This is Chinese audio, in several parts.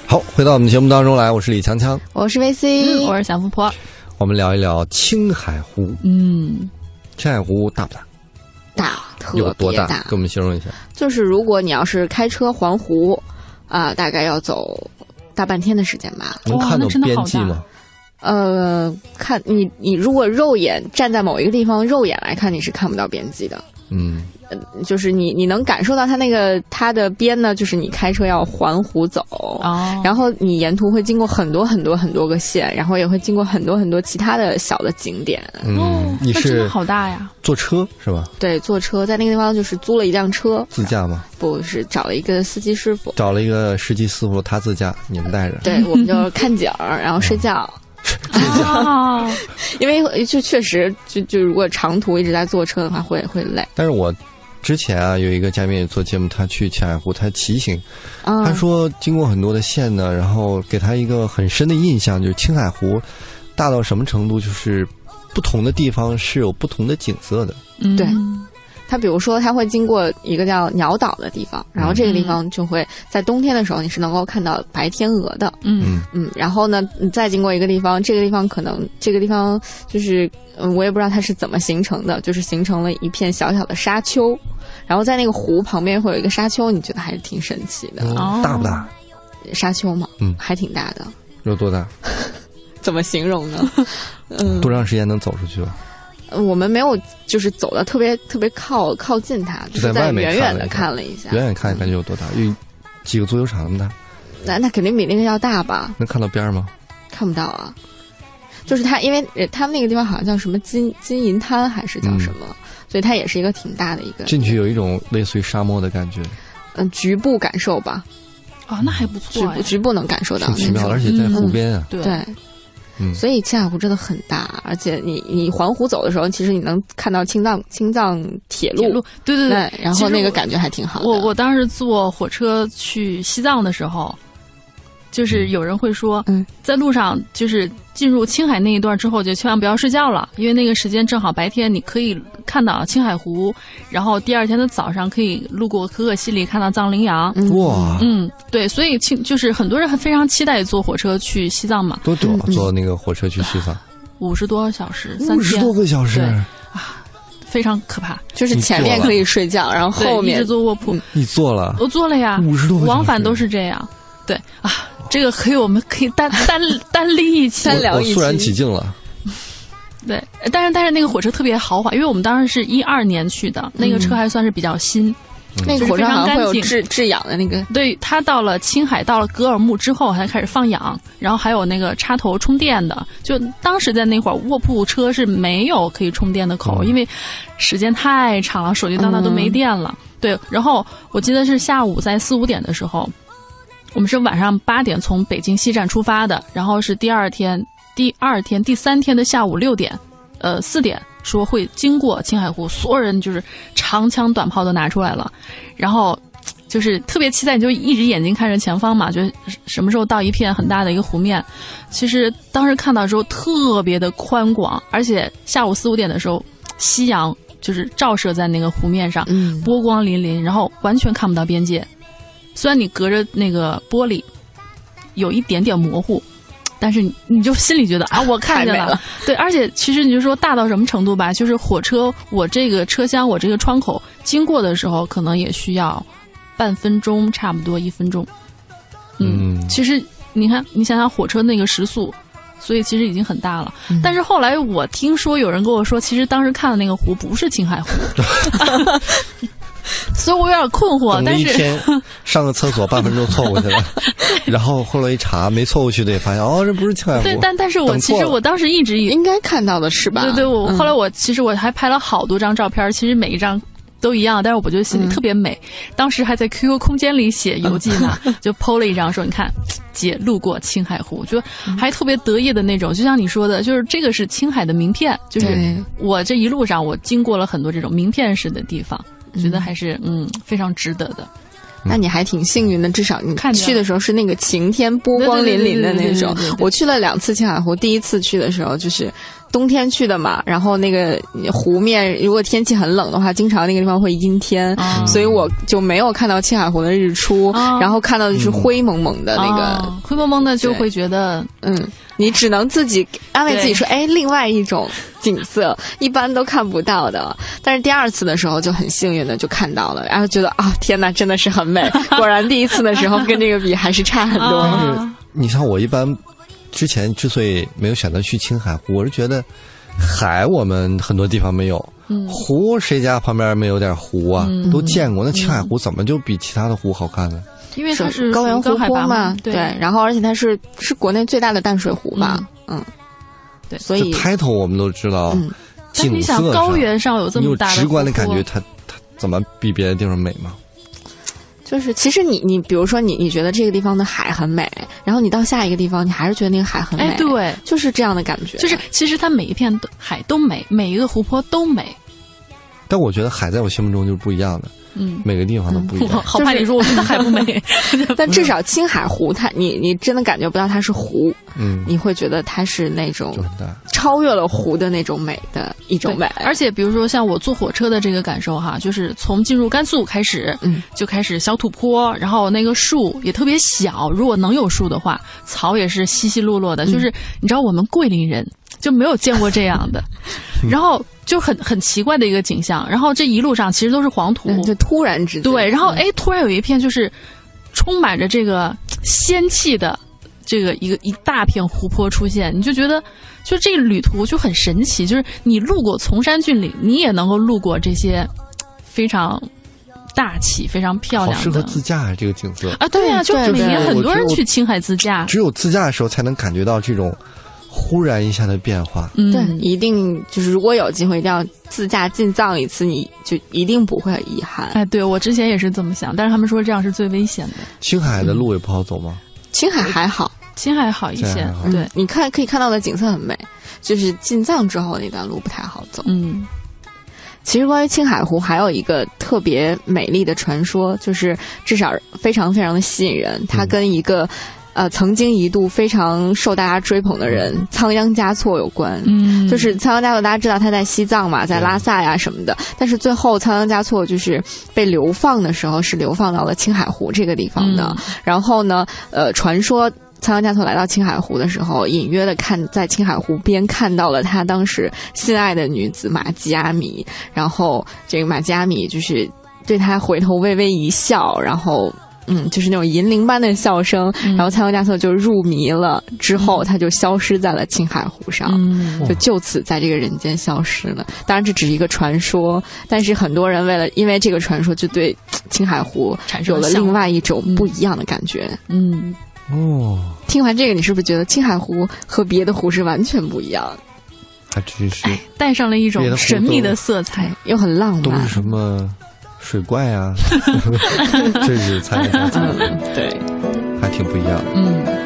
好，回到我们节目当中来，我是李强强， 我是 VC， 我是小富婆。 我们聊一聊青海湖。青海湖大不大？ 大，特别有多大？给我们形容一下。 就是如果你要是开车环湖大概要走大半天的时间吧。 能看到边际吗？ 看你如果肉眼站在某一个地方，肉眼来看你是看不到边际的。就是你能感受到它的边呢，就是你开车要环湖走，然后你沿途会经过很多很多很多个县，然后也会经过很多很多其他的小的景点。 你是真的好大呀！ 坐车是吧？ 对，坐车在那个地方就是租了一辆车。 自驾吗？ 不是，找了一个司机师傅。 找了一个司机师傅，他自驾，你们带着。 对，我们就看景儿，然后睡觉。因为就确实就如果长途一直在坐车的话会累。但是我之前有一个嘉宾也做节目，他去青海湖，他骑行，他说经过很多的县呢，然后给他一个很深的印象，就是青海湖大到什么程度，就是不同的地方是有不同的景色的。 对。它比如说它会经过一个叫鸟岛的地方，然后这个地方就会在冬天的时候你是能够看到白天鹅的。然后呢你再经过一个地方，这个地方就是我也不知道它是怎么形成的，就是形成了一片小小的沙丘，然后在那个湖旁边会有一个沙丘，你觉得还是挺神奇的。 大不大？ 沙丘嘛，还挺大的。 有多大？ 怎么形容呢？ 多长时间能走出去吧？ 我们没有就是走的特别靠近它，就是在远远的看了一下。 远远看感觉有多大？有几个足球场那么大？那肯定比那个要大吧？ 能看到边吗？ 看不到啊。就是它，因为他们那个地方好像叫什么金银滩还是叫什么，所以它也是一个挺大的一个。 进去有一种类似于沙漠的感觉。 局部感受吧。 那还不错。 局部能感受到。 挺奇妙，而且在湖边啊。 对。所以青海湖真的很大，而且你环湖走的时候，其实你能看到青藏铁路， 对， 然后那个感觉还挺好的。 我当时坐火车去西藏的时候，就是有人会说，在路上就是进入青海那一段之后，就千万不要睡觉了，因为那个时间正好白天，你可以看到青海湖，然后第二天的早上可以路过可可西里看到藏羚羊。 哇， 对，所以就是很多人非常期待坐火车去西藏嘛。 多久坐那个火车去西藏 ？50多小时，3天。 50多个小时非常可怕。 就是前面可以睡觉，然后后面一直坐卧铺。 你坐了？ 我坐了呀 ，50多个小时， 往返都是这样。对啊。这个我们可以单立一期， 单聊一期。 我肃然起敬了。 对，但是那个火车特别豪华，因为我们当时是12年去的，那个车还算是比较新。 那个火车好像会有制氧的那个。 对，它到了青海，到了格尔木之后才开始放氧，然后还有那个插头充电的。就当时在那会儿，卧铺车是没有可以充电的口，因为时间太长了，手机到那都没电了。对，然后我记得是下午在4、5点的时候。我们是晚上8点从北京西站出发的，然后是第3天的下午6点，4点说会经过青海湖，所有人就是长枪短炮都拿出来了，然后就是特别期待，你就一直眼睛看着前方嘛，就什么时候到一片很大的一个湖面。其实当时看到的时候特别的宽广，而且下午4、5点的时候，夕阳就是照射在那个湖面上，波光粼粼，然后完全看不到边界。虽然你隔着那个玻璃有一点点模糊，但是你就心里觉得我看见了。对，而且其实你就说大到什么程度吧，就是火车我这个车厢我这个窗口经过的时候，可能也需要半分钟，差不多1分钟。其实你想想火车那个时速，所以其实已经很大了。但是后来我听说有人跟我说，其实当时看的那个湖不是青海湖。所以我有点困惑， 但是一天上个厕所半分钟错过去了，然后后来一查没错过去的也发现这不是青海湖。 对，但是我当时一直应该看到的是吧？ 对，后来我还拍了好多张照片，其实每一张都一样，但是我觉得心里特别美。当时还在 QQ 空间里写游记呢，就 PO 了一张说你看姐路过青海湖，就还特别得意的那种。就像你说的，就是这个是青海的名片，就是我这一路上我经过了很多这种名片式的地方。觉得还是非常值得的。 那你还挺幸运的，至少你去的时候是那个晴天波光粼粼的那种。我去了2次青海湖，第一次去的时候就是冬天去的嘛，然后那个湖面如果天气很冷的话，经常那个地方会阴天，所以我就没有看到青海湖的日出，然后看到的就是灰蒙蒙的那个， 灰蒙蒙的就会觉得你只能自己安慰自己说，哎，另外一种景色一般都看不到的。但是第2次的时候就很幸运的就看到了，然后觉得天哪，真的是很美。果然第1次的时候跟这个比还是差很多。 但是你像我一般之前之所以没有选择去青海湖，我是觉得海我们很多地方没有，湖谁家旁边没有点湖啊？都见过。那青海湖怎么就比其他的湖好看呢？ 因为它是高原湖泊嘛， 对， 然后而且它是国内最大的淡水湖吧，对，所以开头我们都知道， 但你想高原上有这么大的， 你有直观的感觉，它怎么比别的地方美吗？ 就是其实你比如说你觉得这个地方的海很美，然后你到下一个地方，你还是觉得那个海很美， 对， 就是这样的感觉。 就是其实它每一片海都美，每一个湖泊都美。 但我觉得海在我心目中就是不一样的。每个地方都不一样。 好怕你说我觉得海不美， 但至少青海湖它你真的感觉不到它是湖，你会觉得它是那种超越了湖的那种美的一种美。 而且比如说像我坐火车的这个感受哈，就是从进入甘肃开始，就开始小土坡，然后那个树也特别小，如果能有树的话，草也是稀稀落落的，就是你知道我们桂林人就没有见过这样的，然后就很奇怪的一个景象。然后这一路上其实都是黄土， 就突然之间对，然后突然有一片就是充满着这个仙气的这个一大片湖泊出现，你就觉得就这个旅途就很神奇，就是你路过崇山峻岭，你也能够路过这些非常大气非常漂亮的， 好适合自驾这个景色啊！对呀，就每年很多人去青海自驾， 只有自驾的时候才能感觉到这种忽然一下的变化。 对，一定就是如果有机会一定要自驾进藏一次，你就一定不会遗憾。 哎，对，我之前也是这么想，但是他们说这样是最危险的。 青海的路也不好走吗？ 青海还好， 青海好一些。对， 你可以看到的景色很美，就是进藏之后那段路不太好走。其实关于青海湖还有一个特别美丽的传说，就是至少非常非常的吸引人，它跟一个曾经一度非常受大家追捧的人仓央嘉措有关。就是仓央嘉措大家知道他在西藏嘛，在拉萨呀什么的，但是最后仓央嘉措就是被流放的时候是流放到了青海湖这个地方的。然后呢传说仓央嘉措来到青海湖的时候，隐约的在青海湖边看到了他当时心爱的女子玛吉阿米，然后这个玛吉阿米就是对他回头微微一笑，然后就是那种银铃般的笑声，然后仓央嘉措就入迷了，之后他就消失在了青海湖上，就此在这个人间消失了。当然这只是一个传说，但是很多人因为这个传说就对青海湖有了另外一种不一样的感觉。听完这个，你是不是觉得青海湖和别的湖是完全不一样？ 还真是， 带上了一种神秘的色彩， 又很浪漫。 都是什么水怪啊？这是仓央嘉措， 对， 还挺不一样的。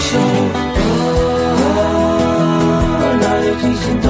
手，那就提心头